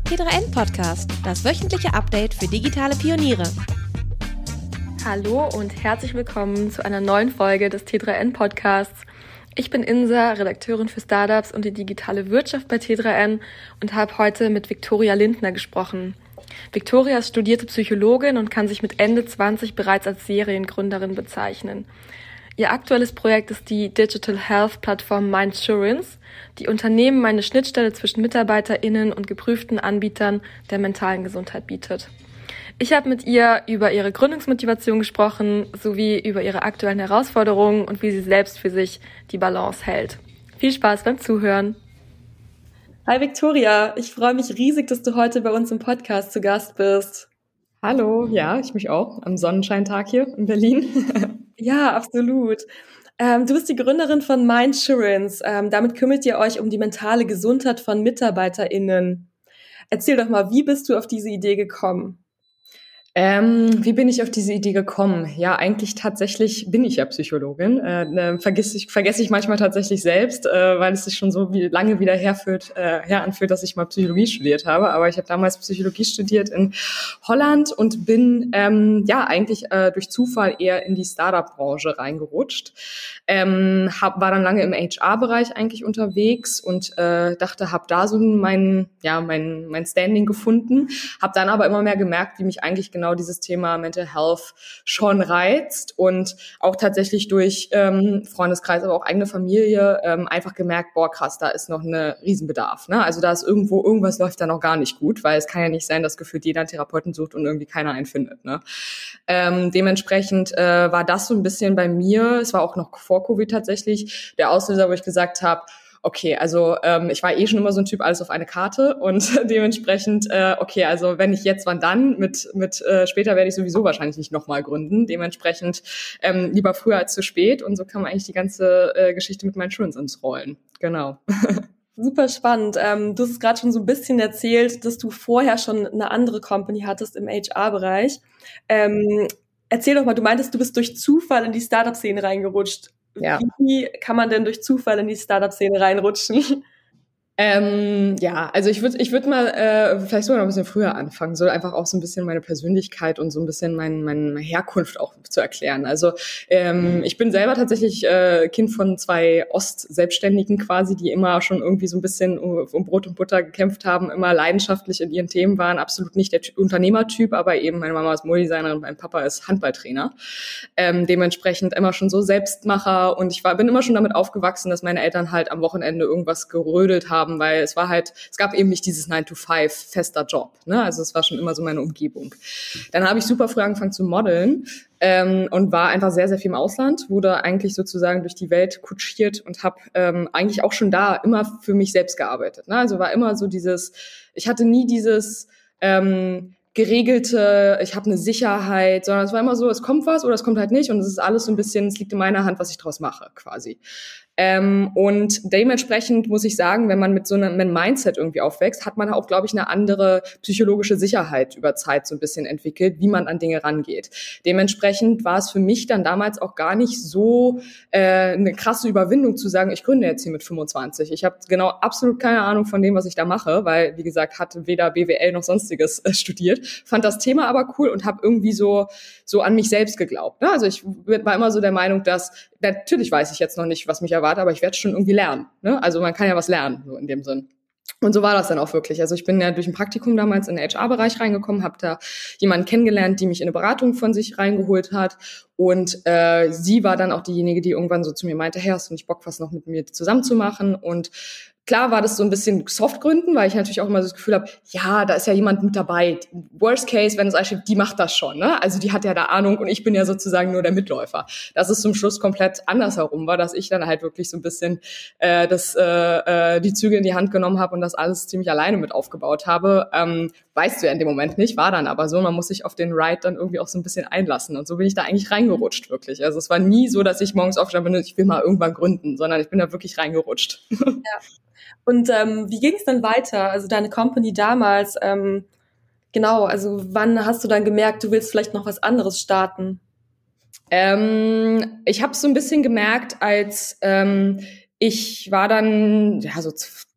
T3N Podcast, das wöchentliche Update für digitale Pioniere. Hallo und herzlich willkommen zu einer neuen Folge des T3N Podcasts. Ich bin Insa, Redakteurin für Startups und die digitale Wirtschaft bei T3N und habe heute mit Viktoria Lindner gesprochen. Viktoria ist studierte Psychologin und kann sich mit Ende 20 bereits als Seriengründerin bezeichnen. Ihr aktuelles Projekt ist die Digital Health Plattform Mindsurance, die Unternehmen eine Schnittstelle zwischen MitarbeiterInnen und geprüften Anbietern der mentalen Gesundheit bietet. Ich habe mit ihr über ihre Gründungsmotivation gesprochen, sowie über ihre aktuellen Herausforderungen und wie sie selbst für sich die Balance hält. Viel Spaß beim Zuhören. Hi Viktoria, ich freue mich riesig, dass du heute bei uns im Podcast zu Gast bist. Hallo, ja, ich mich auch, am Sonnenscheintag hier in Berlin. Ja, absolut. Du bist die Gründerin von Mindsurance. Damit kümmert ihr euch um die mentale Gesundheit von MitarbeiterInnen. Erzähl doch mal, wie bist du auf diese Idee gekommen? Wie bin ich auf diese Idee gekommen? Ja, eigentlich tatsächlich bin ich ja Psychologin. Vergesse ich manchmal tatsächlich selbst, weil es sich schon so lange wieder heranfühlt, dass ich mal Psychologie studiert habe. Aber ich habe damals Psychologie studiert in Holland und bin eigentlich durch Zufall eher in die Startup-Branche reingerutscht. War dann lange im HR-Bereich eigentlich unterwegs und dachte, habe da so mein Standing gefunden. Habe dann aber immer mehr gemerkt, wie mich eigentlich genau dieses Thema Mental Health schon reizt und auch tatsächlich durch Freundeskreis, aber auch eigene Familie einfach gemerkt, boah krass, da ist noch ein Riesenbedarf. Ne? Also da ist irgendwas läuft da noch gar nicht gut, weil es kann ja nicht sein, dass gefühlt jeder einen Therapeuten sucht und irgendwie keiner einen findet. Ne? Dementsprechend war das so ein bisschen bei mir, es war auch noch vor Covid tatsächlich, der Auslöser, wo ich gesagt habe, okay, also ich war schon immer so ein Typ, alles auf eine Karte und dementsprechend, also wenn nicht jetzt, wann dann? Mit später werde ich sowieso wahrscheinlich nicht nochmal gründen. Dementsprechend lieber früher als zu spät und so kam eigentlich die ganze Geschichte mit Mindsurance ins Rollen. Genau. Super spannend. Du hast es gerade schon so ein bisschen erzählt, dass du vorher schon eine andere Company hattest im HR-Bereich. Erzähl doch mal, du meintest, du bist durch Zufall in die Startup-Szene reingerutscht. Ja. Wie kann man denn durch Zufall in die Startup-Szene reinrutschen? Also ich würde mal vielleicht sogar noch ein bisschen früher anfangen, so einfach auch so ein bisschen meine Persönlichkeit und so ein bisschen meine Herkunft auch zu erklären. Also ich bin selber tatsächlich Kind von 2 Ostselbstständigen quasi, die immer schon irgendwie so ein bisschen um Brot und Butter gekämpft haben, immer leidenschaftlich in ihren Themen waren, absolut nicht der Unternehmertyp, aber eben meine Mama ist Modedesignerin und mein Papa ist Handballtrainer. Dementsprechend immer schon so Selbstmacher und bin immer schon damit aufgewachsen, dass meine Eltern halt am Wochenende irgendwas gerödelt haben, weil es gab eben nicht dieses 9-to-5 fester Job, ne? Also es war schon immer so meine Umgebung. Dann habe ich super früh angefangen zu modeln und war einfach sehr, sehr viel im Ausland, wurde eigentlich sozusagen durch die Welt kutschiert und habe eigentlich auch schon da immer für mich selbst gearbeitet, ne? Also war immer so ich hatte nie dieses geregelte, ich habe eine Sicherheit, sondern es war immer so, es kommt was oder es kommt halt nicht und es ist alles so ein bisschen, es liegt in meiner Hand, was ich draus mache quasi. Und dementsprechend muss ich sagen, wenn man mit so einem Mindset irgendwie aufwächst, hat man auch, glaube ich, eine andere psychologische Sicherheit über Zeit so ein bisschen entwickelt, wie man an Dinge rangeht. Dementsprechend war es für mich dann damals auch gar nicht so eine krasse Überwindung zu sagen, ich gründe jetzt hier mit 25. Ich habe genau absolut keine Ahnung von dem, was ich da mache, weil, wie gesagt, hatte weder BWL noch sonstiges studiert, fand das Thema aber cool und habe irgendwie so an mich selbst geglaubt. Ne? Also ich war immer so der Meinung, dass natürlich weiß ich jetzt noch nicht, was mich erwartet, aber ich werde schon irgendwie lernen. Ne? Also man kann ja was lernen, so in dem Sinn. Und so war das dann auch wirklich. Also ich bin ja durch ein Praktikum damals in den HR-Bereich reingekommen, habe da jemanden kennengelernt, die mich in eine Beratung von sich reingeholt hat. Und sie war dann auch diejenige, die irgendwann so zu mir meinte, hey, hast du nicht Bock, was noch mit mir zusammen zu machen? Und klar war das so ein bisschen Softgründen, weil ich natürlich auch immer so das Gefühl habe, ja, da ist ja jemand mit dabei. Worst case, wenn es einsteht, die macht das schon, ne? Also die hat ja da Ahnung und ich bin ja sozusagen nur der Mitläufer. Dass es zum Schluss komplett andersherum war, dass ich dann halt wirklich so ein bisschen die Züge in die Hand genommen habe und das alles ziemlich alleine mit aufgebaut habe. Weißt du ja in dem Moment nicht, war dann aber so. Man muss sich auf den Ride dann irgendwie auch so ein bisschen einlassen. Und so bin ich da eigentlich reingerutscht, wirklich. Also es war nie so, dass ich morgens aufgestanden bin, ich will mal irgendwann gründen, sondern ich bin da wirklich reingerutscht. Ja. Und wie ging es dann weiter? Also deine Company damals, also wann hast du dann gemerkt, du willst vielleicht noch was anderes starten? Ich habe es so ein bisschen gemerkt, als ich war dann so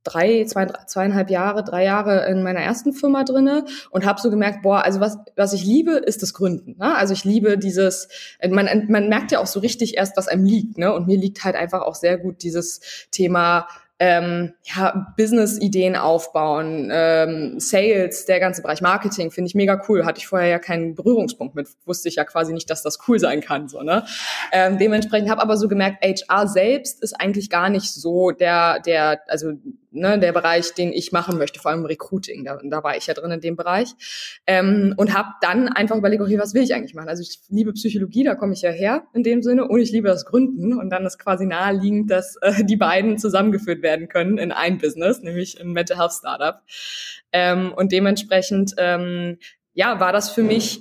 3 Jahre in meiner ersten Firma drinne und habe so gemerkt, also was ich liebe, ist das Gründen. Ne? Also ich liebe dieses, man merkt ja auch so richtig erst, was einem liegt. Ne? Und mir liegt halt einfach auch sehr gut dieses Thema Business-Ideen aufbauen, Sales, der ganze Bereich Marketing finde ich mega cool. Hatte ich vorher ja keinen Berührungspunkt mit, wusste ich ja quasi nicht, dass das cool sein kann. So, ne? Dementsprechend habe aber so gemerkt, HR selbst ist eigentlich gar nicht so der Bereich, den ich machen möchte, vor allem Recruiting. Da war ich ja drin in dem Bereich. Und habe dann einfach überlegt, okay, was will ich eigentlich machen? Also ich liebe Psychologie, da komme ich ja her in dem Sinne, und ich liebe das Gründen. Und dann ist quasi naheliegend, dass die beiden zusammengeführt werden können in ein Business, nämlich ein Mental Health Startup. Und dementsprechend war das für mich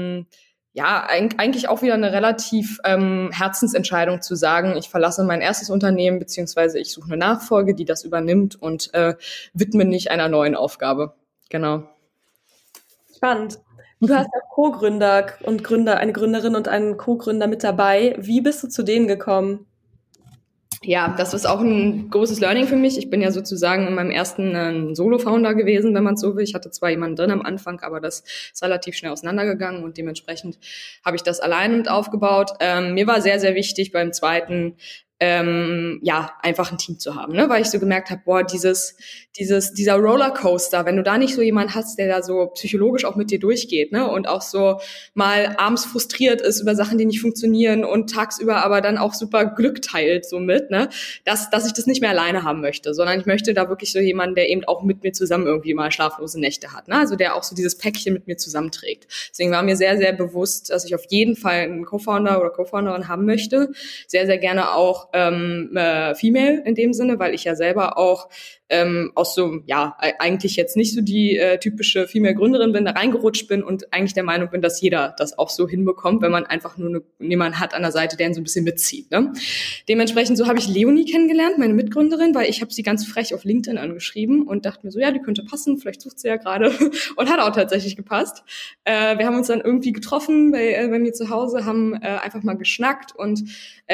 eigentlich auch wieder eine relativ Herzensentscheidung zu sagen, ich verlasse mein erstes Unternehmen, beziehungsweise ich suche eine Nachfolge, die das übernimmt und widme mich einer neuen Aufgabe. Genau. Spannend. Du hast auch Co-Gründer und eine Gründerin und einen Co-Gründer mit dabei. Wie bist du zu denen gekommen? Ja, das ist auch ein großes Learning für mich. Ich bin ja sozusagen in meinem ersten Solo-Founder gewesen, wenn man es so will. Ich hatte zwar jemanden drin am Anfang, aber das ist relativ schnell auseinandergegangen und dementsprechend habe ich das alleine mit aufgebaut. Mir war sehr, sehr wichtig beim zweiten einfach ein Team zu haben, ne? Weil ich so gemerkt habe, dieser Rollercoaster, wenn du da nicht so jemand hast, der da so psychologisch auch mit dir durchgeht, ne? Und auch so mal abends frustriert ist über Sachen, die nicht funktionieren und tagsüber aber dann auch super Glück teilt so mit, ne? Dass ich das nicht mehr alleine haben möchte, sondern ich möchte da wirklich so jemanden, der eben auch mit mir zusammen irgendwie mal schlaflose Nächte hat, ne? Also der auch so dieses Päckchen mit mir zusammenträgt. Deswegen war mir sehr, sehr bewusst, dass ich auf jeden Fall einen Co-Founder oder Co-Founderin haben möchte. Sehr, sehr gerne auch Female in dem Sinne, weil ich ja selber auch aus so, eigentlich jetzt nicht so die typische Female-Gründerin bin, da reingerutscht bin und eigentlich der Meinung bin, dass jeder das auch so hinbekommt, wenn man einfach nur jemanden hat an der Seite, der ihn so ein bisschen mitzieht. Ne? Dementsprechend so habe ich Leonie kennengelernt, meine Mitgründerin, weil ich habe sie ganz frech auf LinkedIn angeschrieben und dachte mir so, ja, die könnte passen, vielleicht sucht sie ja gerade und hat auch tatsächlich gepasst. Wir haben uns dann irgendwie getroffen bei mir zu Hause, haben einfach mal geschnackt und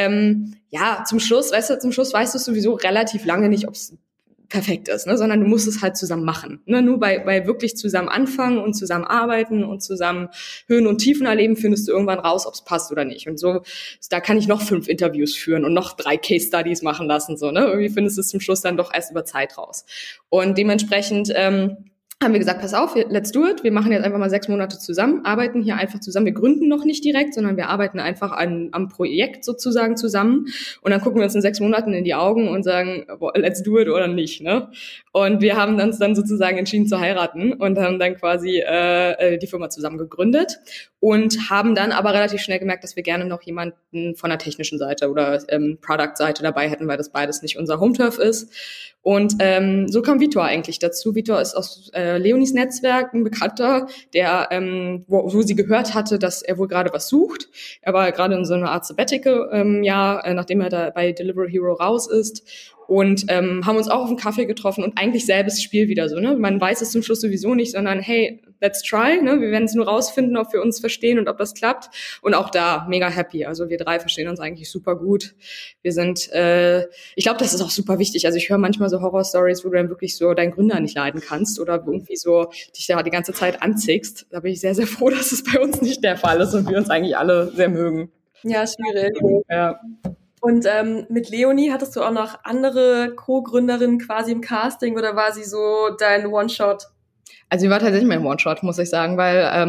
zum Schluss weißt du sowieso relativ lange nicht, ob es perfekt ist, ne, sondern du musst es halt zusammen machen. Ne? Nur bei wirklich zusammen anfangen und zusammen arbeiten und zusammen Höhen und Tiefen erleben, findest du irgendwann raus, ob es passt oder nicht. Und so, da kann ich noch 5 Interviews führen und noch 3 Case Studies machen lassen. So, ne? Irgendwie findest du es zum Schluss dann doch erst über Zeit raus. Und dementsprechend haben wir gesagt, pass auf, let's do it. Wir machen jetzt einfach mal 6 Monate zusammen, arbeiten hier einfach zusammen. Wir gründen noch nicht direkt, sondern wir arbeiten einfach am Projekt sozusagen zusammen. Und dann gucken wir uns in 6 Monaten in die Augen und sagen, let's do it oder nicht, ne? Und wir haben uns dann sozusagen entschieden zu heiraten und haben dann quasi die Firma zusammen gegründet und haben dann aber relativ schnell gemerkt, dass wir gerne noch jemanden von der technischen Seite oder Product-Seite dabei hätten, weil das beides nicht unser Home-Turf ist. Und so kam Vitor eigentlich dazu. Vitor ist aus Leonies Netzwerk ein Bekannter, der wo sie gehört hatte, dass er wohl gerade was sucht. Er war gerade in so einer Art Sabbatical, nachdem er da bei Delivery Hero raus ist. Und haben uns auch auf einen Kaffee getroffen und eigentlich selbes Spiel wieder so, ne? Man weiß es zum Schluss sowieso nicht, sondern hey, let's try, ne? Wir werden es nur rausfinden, ob wir uns verstehen und ob das klappt. Und auch da mega happy. Also wir 3 verstehen uns eigentlich super gut. Wir sind, ich glaube, das ist auch super wichtig. Also ich höre manchmal so Horror-Stories, wo du dann wirklich so deinen Gründer nicht leiden kannst oder irgendwie so dich da die ganze Zeit anzickst. Da bin ich sehr, sehr froh, dass es bei uns nicht der Fall ist und wir uns eigentlich alle sehr mögen. Ja, schwierig. Ja. Und mit Leonie hattest du auch noch andere Co-Gründerinnen quasi im Casting oder war sie so dein One-Shot? Also sie war tatsächlich mein One-Shot, muss ich sagen, weil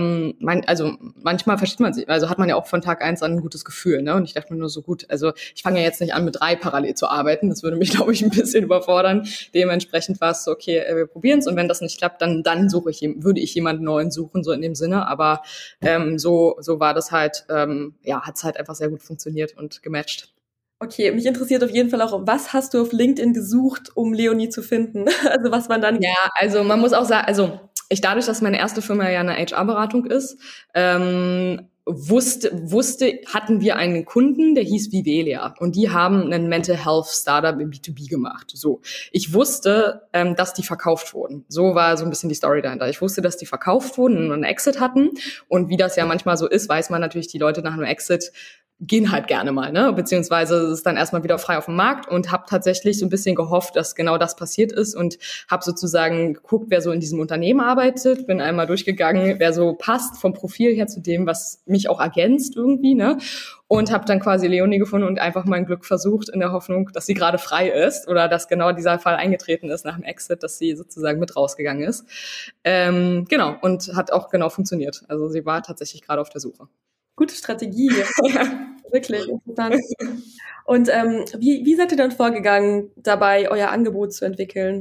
manchmal versteht man sich, also hat man ja auch von Tag 1 an ein gutes Gefühl, ne? Und ich dachte mir nur so, gut, also ich fange ja jetzt nicht an, mit 3 parallel zu arbeiten, das würde mich, glaube ich, ein bisschen überfordern. Dementsprechend war es so, okay, wir probieren es und wenn das nicht klappt, dann würde ich jemanden Neuen suchen, so in dem Sinne, aber so war das halt, hat es halt einfach sehr gut funktioniert und gematcht. Okay, mich interessiert auf jeden Fall auch, was hast du auf LinkedIn gesucht, um Leonie zu finden? Also was waren dann... Ja, also man muss auch sagen, dadurch, dass meine erste Firma ja eine HR-Beratung ist, hatten wir einen Kunden, der hieß Vivelia und die haben einen Mental Health Startup im B2B gemacht. So, ich wusste, dass die verkauft wurden. So war so ein bisschen die Story dahinter. Ich wusste, dass die verkauft wurden und einen Exit hatten und wie das ja manchmal so ist, weiß man natürlich, die Leute nach einem Exit gehen halt gerne mal, ne? Beziehungsweise ist dann erstmal wieder frei auf dem Markt und habe tatsächlich so ein bisschen gehofft, dass genau das passiert ist und habe sozusagen geguckt, wer so in diesem Unternehmen arbeitet, bin einmal durchgegangen, wer so passt vom Profil her zu dem, was mich auch ergänzt irgendwie, ne? Und habe dann quasi Leonie gefunden und einfach mein Glück versucht in der Hoffnung, dass sie gerade frei ist oder dass genau dieser Fall eingetreten ist nach dem Exit, dass sie sozusagen mit rausgegangen ist. Genau, und hat auch genau funktioniert. Also sie war tatsächlich gerade auf der Suche. Gute Strategie. Wirklich interessant. Und wie seid ihr dann vorgegangen, dabei euer Angebot zu entwickeln?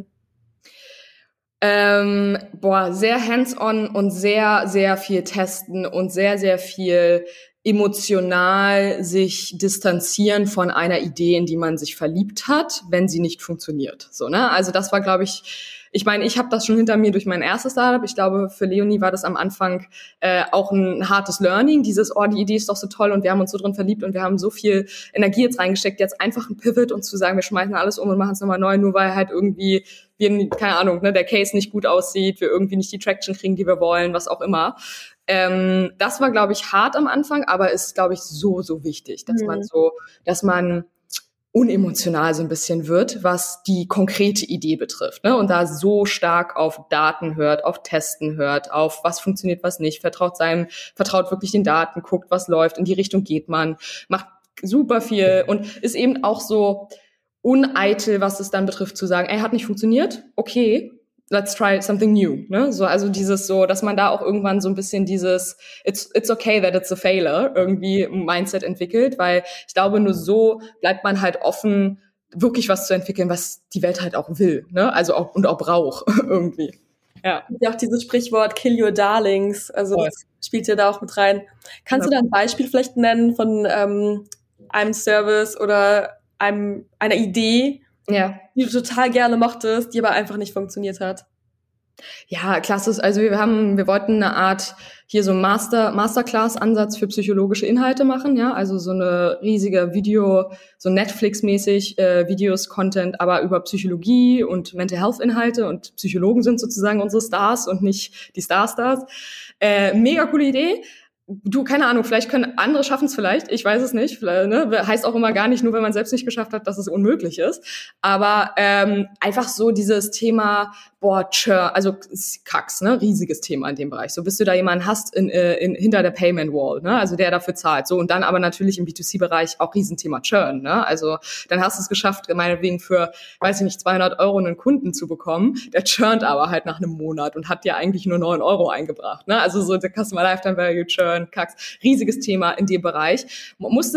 Sehr hands-on und sehr, sehr viel testen und sehr, sehr viel emotional sich distanzieren von einer Idee, in die man sich verliebt hat, wenn sie nicht funktioniert. So, ne? Also das war, glaube ich meine, ich habe das schon hinter mir durch mein erstes Startup. Ich glaube, für Leonie war das am Anfang auch ein hartes Learning. Die Idee ist doch so toll und wir haben uns so drin verliebt und wir haben so viel Energie jetzt reingesteckt, jetzt einfach ein Pivot und zu sagen, wir schmeißen alles um und machen es nochmal neu, nur weil halt irgendwie keine Ahnung, ne, der Case nicht gut aussieht, wir irgendwie nicht die Traction kriegen, die wir wollen, was auch immer. Das war, glaube ich, hart am Anfang, aber ist, glaube ich, so, so wichtig, dass man unemotional so ein bisschen wird, was die konkrete Idee betrifft, ne? Und da so stark auf Daten hört, auf Testen hört, auf was funktioniert, was nicht, vertraut wirklich den Daten, guckt, was läuft, in die Richtung geht man, macht super viel und ist eben auch so uneitel, was es dann betrifft, zu sagen, hat nicht funktioniert, okay, let's try something new, ne? So, also dieses so, dass man da auch irgendwann so ein bisschen dieses it's okay that it's a failure irgendwie Mindset entwickelt, weil ich glaube, nur so bleibt man halt offen, wirklich was zu entwickeln, was die Welt halt auch will, ne? Also auch und auch braucht irgendwie. Ja. Ja, auch dieses Sprichwort Kill your darlings, also das spielt ja da auch mit rein. Kannst du da ein Beispiel vielleicht nennen von einem Service oder einer Idee, die du total gerne mochtest, die aber einfach nicht funktioniert hat? Ja, klasse. Also wir wollten eine Art hier so Masterclass-Ansatz für psychologische Inhalte machen, ja, also so eine riesige so Netflix-mäßig Videos, Content, aber über Psychologie und Mental Health-Inhalte und Psychologen sind sozusagen unsere Stars und nicht die Stars. Mega coole Idee. Du, keine Ahnung, vielleicht können andere schaffen es vielleicht, ich weiß es nicht, ne? Heißt auch immer gar nicht, nur wenn man selbst nicht geschafft hat, dass es unmöglich ist, aber einfach so dieses Thema, also Kax, ne, riesiges Thema in dem Bereich, so bis du da jemanden hast hinter der Payment Wall, ne, also der dafür zahlt, so und dann aber natürlich im B2C-Bereich auch Riesenthema Churn, ne, also dann hast du es geschafft, meinetwegen für, weiß ich nicht, 200 € einen Kunden zu bekommen, der churnt aber halt nach einem Monat und hat dir eigentlich nur 9 € eingebracht, ne, also so der Customer Lifetime Value, Churn, Kax, riesiges Thema in dem Bereich.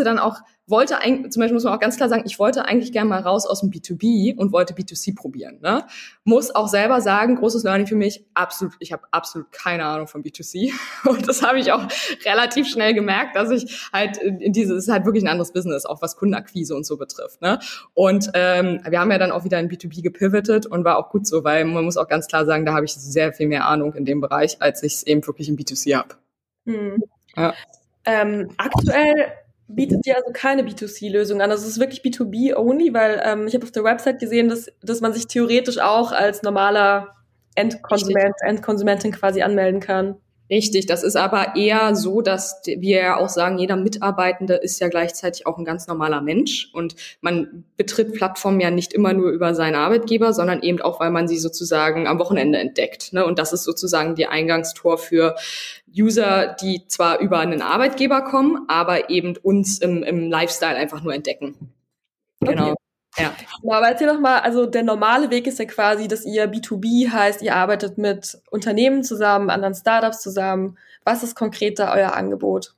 Zum Beispiel muss man auch ganz klar sagen, ich wollte eigentlich gerne mal raus aus dem B2B und wollte B2C probieren. Ne? Muss auch selber sagen, großes Learning für mich, ich habe absolut keine Ahnung von B2C. Und das habe ich auch relativ schnell gemerkt, dass ich halt es ist halt wirklich ein anderes Business, auch was Kundenakquise und so betrifft. Ne? Und wir haben ja dann auch wieder in B2B gepivotet und war auch gut so, weil man muss auch ganz klar sagen, da habe ich sehr viel mehr Ahnung in dem Bereich, als ich es eben wirklich im B2C habe. Ja. Aktuell bietet ihr also keine B2C-Lösung an. Also es ist wirklich B2B-only, weil ich habe auf der Website gesehen, dass man sich theoretisch auch als normaler Endkonsumentin quasi anmelden kann. Richtig, das ist aber eher so, dass wir ja auch sagen, jeder Mitarbeitende ist ja gleichzeitig auch ein ganz normaler Mensch und man betritt Plattformen ja nicht immer nur über seinen Arbeitgeber, sondern eben auch, weil man sie sozusagen am Wochenende entdeckt. Ne? Und das ist sozusagen die Eingangstor für User, die zwar über einen Arbeitgeber kommen, aber eben uns im Lifestyle einfach nur entdecken. Genau. Okay. Ja. Genau, aber erzähl doch mal, also der normale Weg ist ja quasi, dass ihr B2B heißt, ihr arbeitet mit Unternehmen zusammen, anderen Startups zusammen. Was ist konkret da euer Angebot?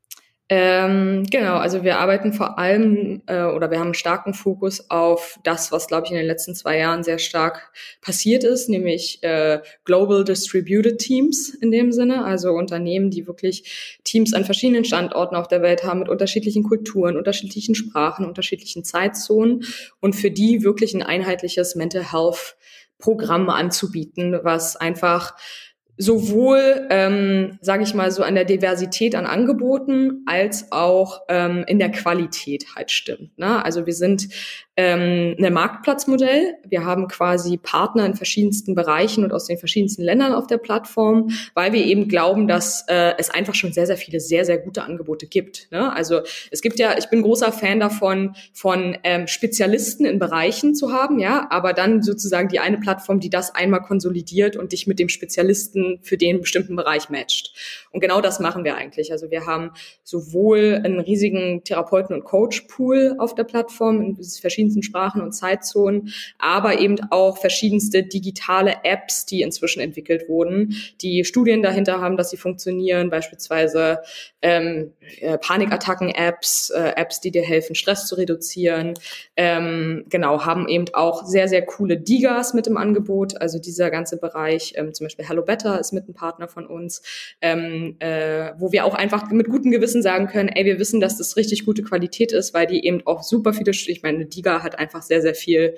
Genau, also wir arbeiten vor allem oder wir haben einen starken Fokus auf das, was, glaube ich, in den letzten 2 Jahren sehr stark passiert ist, nämlich Global Distributed Teams in dem Sinne, also Unternehmen, die wirklich Teams an verschiedenen Standorten auf der Welt haben mit unterschiedlichen Kulturen, unterschiedlichen Sprachen, unterschiedlichen Zeitzonen und für die wirklich ein einheitliches Mental Health Programm anzubieten, was einfach sowohl, sage ich mal, so an der Diversität an Angeboten als auch in der Qualität halt stimmt. Ne? Also wir sind ein Marktplatzmodell. Wir haben quasi Partner in verschiedensten Bereichen und aus den verschiedensten Ländern auf der Plattform, weil wir eben glauben, dass es einfach schon sehr, sehr viele, sehr, sehr gute Angebote gibt. Ne? Also es gibt ja, ich bin großer Fan davon, von Spezialisten in Bereichen zu haben, ja, aber dann sozusagen die eine Plattform, die das einmal konsolidiert und dich mit dem Spezialisten für den bestimmten Bereich matcht. Und genau das machen wir eigentlich. Also wir haben sowohl einen riesigen Therapeuten- und Coach-Pool auf der Plattform in verschiedenen Sprachen und Zeitzonen, aber eben auch verschiedenste digitale Apps, die inzwischen entwickelt wurden, die Studien dahinter haben, dass sie funktionieren, beispielsweise Panikattacken-Apps, Apps, die dir helfen, Stress zu reduzieren. Haben eben auch sehr, sehr coole Digas mit im Angebot, also dieser ganze Bereich, zum Beispiel Hello Better ist mit ein Partner von uns, wo wir auch einfach mit gutem Gewissen sagen können, ey, wir wissen, dass das richtig gute Qualität ist, weil die eben auch super viele, ich meine, eine Diga hat einfach sehr, sehr viel,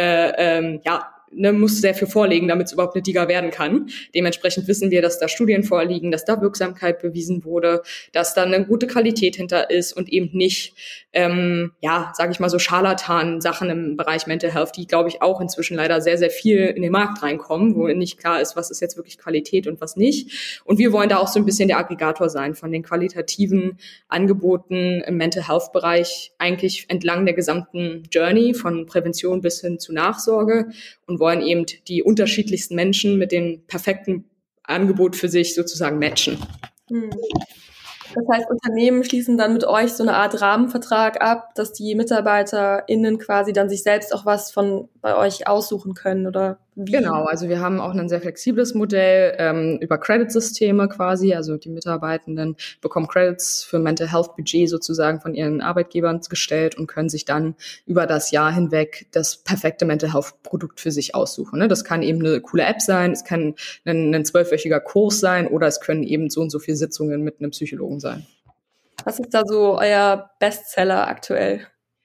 muss sehr viel vorlegen, damit es überhaupt eine Diga werden kann. Dementsprechend wissen wir, dass da Studien vorliegen, dass da Wirksamkeit bewiesen wurde, dass da eine gute Qualität hinter ist und eben nicht, sage ich mal so Scharlatan-Sachen im Bereich Mental Health, die, glaube ich, auch inzwischen leider sehr, sehr viel in den Markt reinkommen, wo nicht klar ist, was ist jetzt wirklich Qualität und was nicht. Und wir wollen da auch so ein bisschen der Aggregator sein von den qualitativen Angeboten im Mental Health-Bereich, eigentlich entlang der gesamten Journey, von Prävention bis hin zu Nachsorge, und wollen eben die unterschiedlichsten Menschen mit dem perfekten Angebot für sich sozusagen matchen. Das heißt, Unternehmen schließen dann mit euch so eine Art Rahmenvertrag ab, dass die MitarbeiterInnen quasi dann sich selbst auch was von bei euch aussuchen können, oder wie? Genau, also wir haben auch ein sehr flexibles Modell über Credit-Systeme quasi. Also die Mitarbeitenden bekommen Credits für Mental Health Budget sozusagen von ihren Arbeitgebern gestellt und können sich dann über das Jahr hinweg das perfekte Mental Health Produkt für sich aussuchen. Ne? Das kann eben eine coole App sein, es kann ein 12-wöchiger Kurs sein oder es können eben so und so viele Sitzungen mit einem Psychologen sein. Was ist da so euer Bestseller aktuell?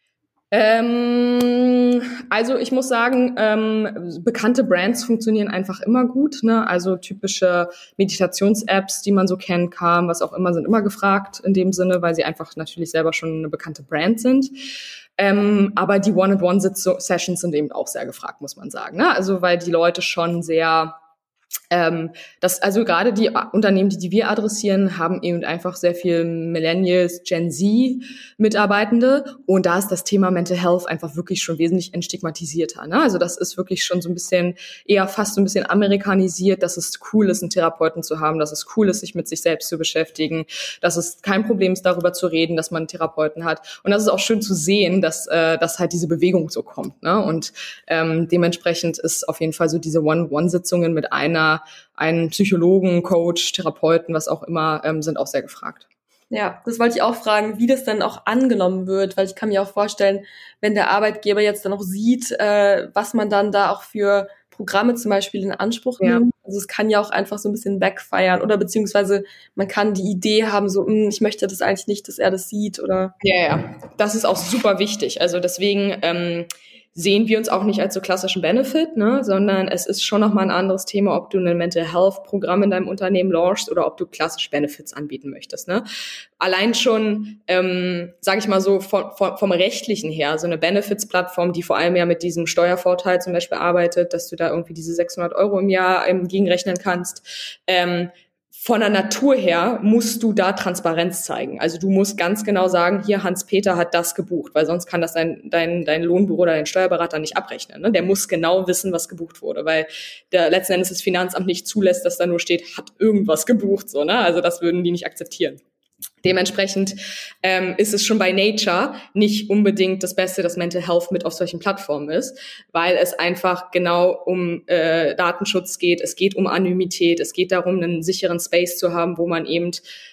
Also ich muss sagen, bekannte Brands funktionieren einfach immer gut, ne? Also typische Meditations-Apps, die man so kennen kann, was auch immer, sind immer gefragt in dem Sinne, weil sie einfach natürlich selber schon eine bekannte Brand sind. Aber die One-on-One-Sessions sind eben auch sehr gefragt, muss man sagen, ne? Also weil die Leute schon sehr also gerade die Unternehmen, die wir adressieren, haben eben einfach sehr viel Millennials, Gen Z Mitarbeitende, und da ist das Thema Mental Health einfach wirklich schon wesentlich entstigmatisierter, ne? Also das ist wirklich schon so ein bisschen, eher fast so ein bisschen amerikanisiert, dass es cool ist, einen Therapeuten zu haben, dass es cool ist, sich mit sich selbst zu beschäftigen, dass es kein Problem ist, darüber zu reden, dass man einen Therapeuten hat, und das ist auch schön zu sehen, dass halt diese Bewegung so kommt, ne? Und dementsprechend ist auf jeden Fall so diese One-on-One-Sitzungen mit einen Psychologen, Coach, Therapeuten, was auch immer, sind auch sehr gefragt. Ja, das wollte ich auch fragen, wie das dann auch angenommen wird, weil ich kann mir auch vorstellen, wenn der Arbeitgeber jetzt dann auch sieht, was man dann da auch für Programme zum Beispiel in Anspruch nimmt. Also es kann ja auch einfach so ein bisschen backfiren, oder beziehungsweise man kann die Idee haben, so, ich möchte das eigentlich nicht, dass er das sieht, oder? Ja, das ist auch super wichtig. Also deswegen sehen wir uns auch nicht als so klassischen Benefit, ne, sondern es ist schon nochmal ein anderes Thema, ob du ein Mental Health Programm in deinem Unternehmen launchst oder ob du klassisch Benefits anbieten möchtest, ne. Allein schon, sage ich mal so, vom Rechtlichen her, so eine Benefits-Plattform, die vor allem ja mit diesem Steuervorteil zum Beispiel arbeitet, dass du da irgendwie diese 600 € im Jahr gegenrechnen kannst, von der Natur her musst du da Transparenz zeigen. Also du musst ganz genau sagen, hier Hans-Peter hat das gebucht, weil sonst kann das dein Lohnbüro oder dein Steuerberater nicht abrechnen, ne? Der muss genau wissen, was gebucht wurde, weil der letzten Endes das Finanzamt nicht zulässt, dass da nur steht, hat irgendwas gebucht, so, ne? Also das würden die nicht akzeptieren. Dementsprechend ist es schon bei Nature nicht unbedingt das Beste, dass Mental Health mit auf solchen Plattformen ist, weil es einfach genau um Datenschutz geht, es geht um Anonymität, es geht darum, einen sicheren Space zu haben, wo man eben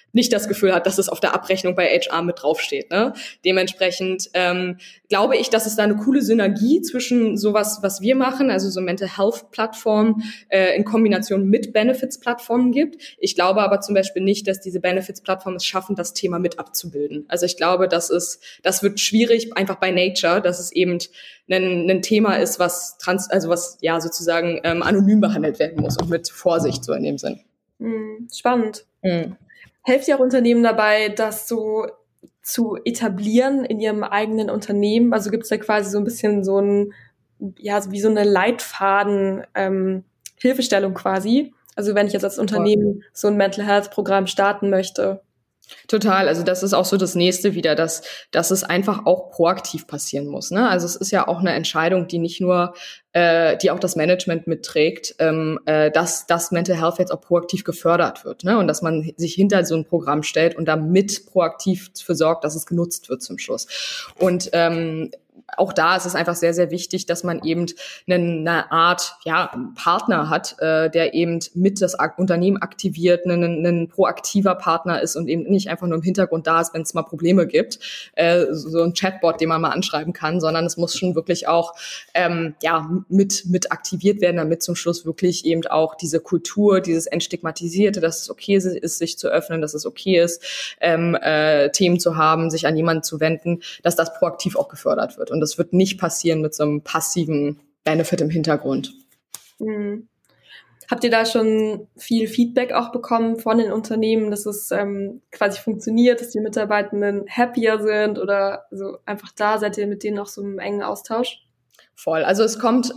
nicht das Gefühl hat, dass es auf der Abrechnung bei HR mit draufsteht. Ne? Dementsprechend glaube ich, dass es da eine coole Synergie zwischen sowas, was wir machen, also so Mental Health Plattformen in Kombination mit Benefits Plattformen gibt. Ich glaube aber zum Beispiel nicht, dass diese Benefits Plattformen es schaffen, das Thema mit abzubilden. Also ich glaube, das wird schwierig, einfach by nature, dass es eben ein Thema ist, was ja sozusagen anonym behandelt werden muss und mit Vorsicht so in dem Sinn. Spannend. Helft ihr auch Unternehmen dabei, das so zu etablieren in ihrem eigenen Unternehmen? Also gibt es da quasi so ein bisschen so wie so eine Leitfaden, Hilfestellung quasi? Also wenn ich jetzt als Unternehmen so ein Mental Health Programm starten möchte. Total, also das ist auch so das Nächste wieder, dass es einfach auch proaktiv passieren muss. Ne? Also es ist ja auch eine Entscheidung, die nicht nur, die auch das Management mitträgt, dass das Mental Health jetzt auch proaktiv gefördert wird, ne? Und dass man sich hinter so ein Programm stellt und damit proaktiv dafür sorgt, dass es genutzt wird zum Schluss. Und auch da ist es einfach sehr, sehr wichtig, dass man eben eine Art Partner hat, der eben mit das Unternehmen aktiviert, ein proaktiver Partner ist und eben nicht einfach nur im Hintergrund da ist, wenn es mal Probleme gibt, so ein Chatbot, den man mal anschreiben kann, sondern es muss schon wirklich auch mit aktiviert werden, damit zum Schluss wirklich eben auch diese Kultur, dieses Entstigmatisierte, dass es okay ist, sich zu öffnen, dass es okay ist, Themen zu haben, sich an jemanden zu wenden, dass das proaktiv auch gefördert wird. Und das wird nicht passieren mit so einem passiven Benefit im Hintergrund. Habt ihr da schon viel Feedback auch bekommen von den Unternehmen, dass es quasi funktioniert, dass die Mitarbeitenden happier sind oder so einfach da? Seid ihr mit denen auch so im engen Austausch? Voll. Also es kommt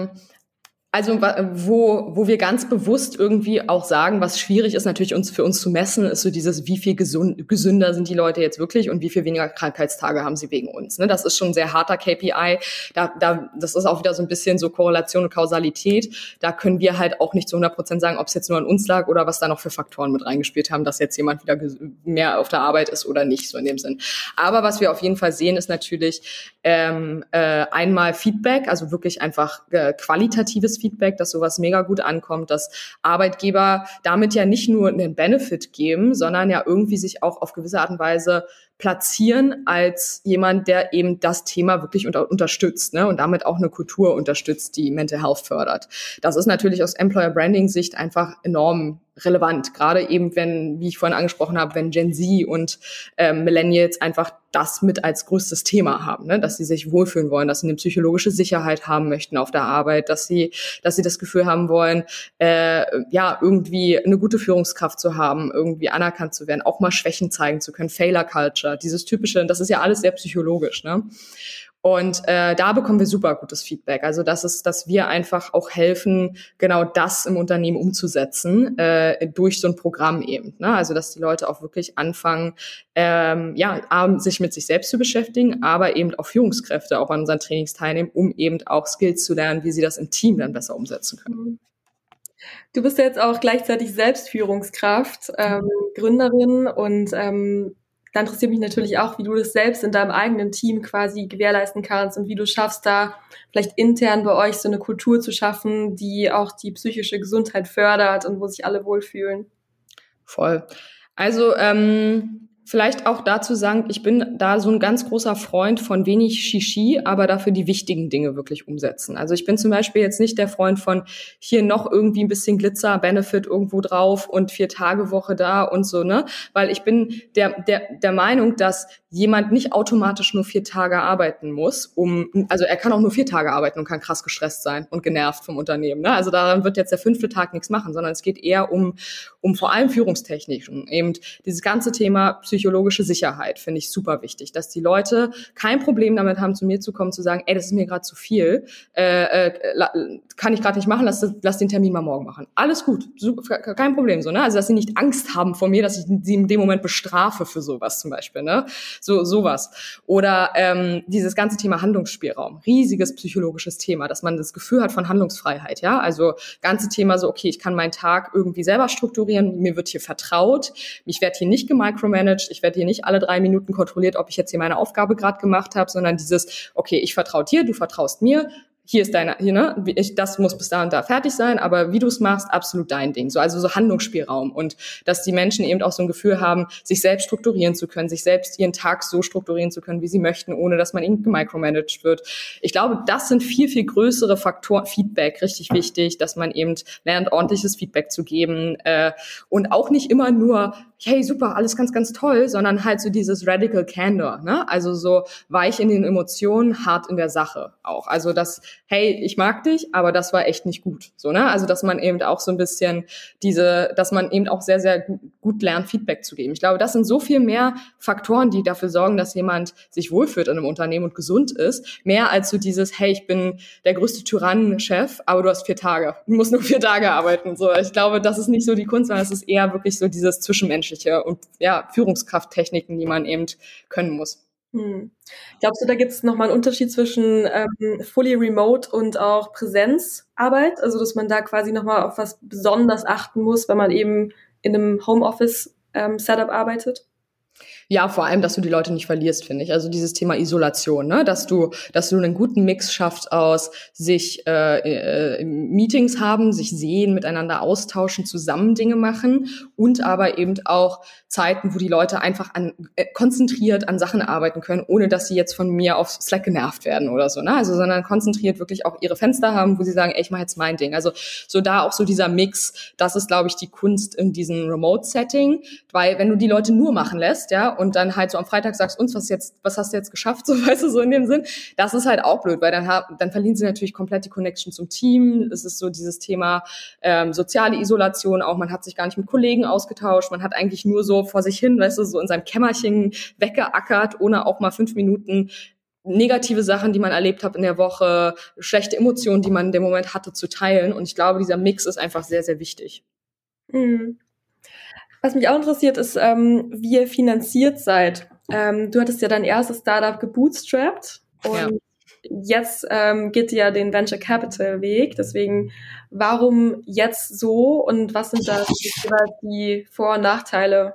wo wir ganz bewusst irgendwie auch sagen, was schwierig ist natürlich für uns zu messen, ist so dieses, wie viel gesünder sind die Leute jetzt wirklich und wie viel weniger Krankheitstage haben sie wegen uns. Ne? Das ist schon ein sehr harter KPI. Das ist auch wieder so ein bisschen so Korrelation und Kausalität. Da können wir halt auch nicht zu 100% sagen, ob es jetzt nur an uns lag oder was da noch für Faktoren mit reingespielt haben, dass jetzt jemand wieder mehr auf der Arbeit ist oder nicht, so in dem Sinn. Aber was wir auf jeden Fall sehen, ist natürlich einmal Feedback, also wirklich einfach qualitatives Feedback, dass sowas mega gut ankommt, dass Arbeitgeber damit ja nicht nur einen Benefit geben, sondern ja irgendwie sich auch auf gewisse Art und Weise platzieren als jemand, der eben das Thema wirklich unterstützt, ne, und damit auch eine Kultur unterstützt, die Mental Health fördert. Das ist natürlich aus Employer Branding Sicht einfach enorm relevant, gerade eben wenn, wie ich vorhin angesprochen habe, wenn Gen Z und Millennials einfach das mit als größtes Thema haben, ne, dass sie sich wohlfühlen wollen, dass sie eine psychologische Sicherheit haben möchten auf der Arbeit, dass sie das Gefühl haben wollen, irgendwie eine gute Führungskraft zu haben, irgendwie anerkannt zu werden, auch mal Schwächen zeigen zu können, Failure Culture, dieses typische, das ist ja alles sehr psychologisch, ne? Und da bekommen wir super gutes Feedback. Also dass wir einfach auch helfen, genau das im Unternehmen umzusetzen, durch so ein Programm eben. Ne? Also dass die Leute auch wirklich anfangen, sich mit sich selbst zu beschäftigen, aber eben auch Führungskräfte auch an unseren Trainings teilnehmen, um eben auch Skills zu lernen, wie sie das im Team dann besser umsetzen können. Du bist ja jetzt auch gleichzeitig selbst Führungskraft, Gründerin und da interessiert mich natürlich auch, wie du das selbst in deinem eigenen Team quasi gewährleisten kannst und wie du schaffst, da vielleicht intern bei euch so eine Kultur zu schaffen, die auch die psychische Gesundheit fördert und wo sich alle wohlfühlen. Voll. Also vielleicht auch dazu sagen, ich bin da so ein ganz großer Freund von wenig Shishi, aber dafür die wichtigen Dinge wirklich umsetzen. Also ich bin zum Beispiel jetzt nicht der Freund von hier noch irgendwie ein bisschen Glitzer, Benefit irgendwo drauf und 4-Tage-Woche da und so, ne? Weil ich bin der Meinung, dass jemand nicht automatisch nur 4 Tage arbeiten muss, also er kann auch nur 4 Tage arbeiten und kann krass gestresst sein und genervt vom Unternehmen, ne? Also daran wird jetzt der 5. Tag nichts machen, sondern es geht eher um vor allem Führungstechniken. Eben dieses ganze Thema psychologische Sicherheit finde ich super wichtig, dass die Leute kein Problem damit haben, zu mir zu kommen, zu sagen, ey, das ist mir gerade zu viel, kann ich gerade nicht machen, lass den Termin mal morgen machen. Alles gut, super, kein Problem, so, ne? Also dass sie nicht Angst haben vor mir, dass ich sie in dem Moment bestrafe für sowas zum Beispiel, ne? Sowas. Oder dieses ganze Thema Handlungsspielraum, riesiges psychologisches Thema, dass man das Gefühl hat von Handlungsfreiheit, ja? Also ganze Thema so, okay, ich kann meinen Tag irgendwie selber strukturieren, mir wird hier vertraut, ich werde hier nicht gemicromanagt, ich werde hier nicht alle 3 Minuten kontrolliert, ob ich jetzt hier meine Aufgabe gerade gemacht habe, sondern dieses, okay, ich vertraue dir, du vertraust mir, hier ist das muss bis da und da fertig sein, aber wie du es machst, absolut dein Ding. Also so Handlungsspielraum und dass die Menschen eben auch so ein Gefühl haben, sich selbst strukturieren zu können, sich selbst ihren Tag so strukturieren zu können, wie sie möchten, ohne dass man irgendwie gemicromanagt wird. Ich glaube, das sind viel, viel größere Faktoren. Feedback, richtig wichtig, dass man eben lernt, ordentliches Feedback zu geben und auch nicht immer nur, hey, super, alles ganz, ganz toll, sondern halt so dieses Radical Candor, ne? Also so weich in den Emotionen, hart in der Sache auch. Also das, hey, ich mag dich, aber das war echt nicht gut, so, ne? Also dass man eben auch so ein bisschen dass man eben auch sehr, sehr gut lernt, Feedback zu geben. Ich glaube, das sind so viel mehr Faktoren, die dafür sorgen, dass jemand sich wohlfühlt in einem Unternehmen und gesund ist, mehr als so dieses, hey, ich bin der größte Tyrannenchef, aber du hast 4 Tage. Du musst nur 4 Tage arbeiten. So, ich glaube, das ist nicht so die Kunst, sondern es ist eher wirklich so dieses Zwischenmenschliche und ja, Führungskrafttechniken, die man eben können muss. Glaubst du, da gibt es nochmal einen Unterschied zwischen fully remote und auch Präsenzarbeit? Also, dass man da quasi nochmal auf was besonders achten muss, wenn man eben in einem Homeoffice-Setup arbeitet? Ja, vor allem, dass du die Leute nicht verlierst, finde ich. Also dieses Thema Isolation, ne? Dass du einen guten Mix schaffst aus sich Meetings haben, sich sehen, miteinander austauschen, zusammen Dinge machen und aber eben auch Zeiten, wo die Leute einfach konzentriert an Sachen arbeiten können, ohne dass sie jetzt von mir auf Slack genervt werden oder so, ne? Also sondern konzentriert wirklich auch ihre Fenster haben, wo sie sagen, ey, ich mache jetzt mein Ding. Also so da auch so dieser Mix, das ist, glaube ich, die Kunst in diesem Remote-Setting, weil wenn du die Leute nur machen lässt, ja, und dann halt so am Freitag sagst, was hast du jetzt geschafft, so, weißt du, so in dem Sinn, das ist halt auch blöd, weil dann verlieren sie natürlich komplett die Connection zum Team. Es ist so dieses Thema soziale Isolation auch, man hat sich gar nicht mit Kollegen ausgetauscht, man hat eigentlich nur so vor sich hin, weißt du, so in seinem Kämmerchen weggeackert, ohne auch mal 5 Minuten negative Sachen, die man erlebt hat in der Woche, schlechte Emotionen, die man in dem Moment hatte, zu teilen. Und ich glaube, dieser Mix ist einfach sehr, sehr wichtig. Was mich auch interessiert, ist, wie ihr finanziert seid. Du hattest ja dein erstes Startup gebootstrapped und jetzt geht ihr ja den Venture Capital Weg. Deswegen, warum jetzt so und was sind da die Vor- und Nachteile?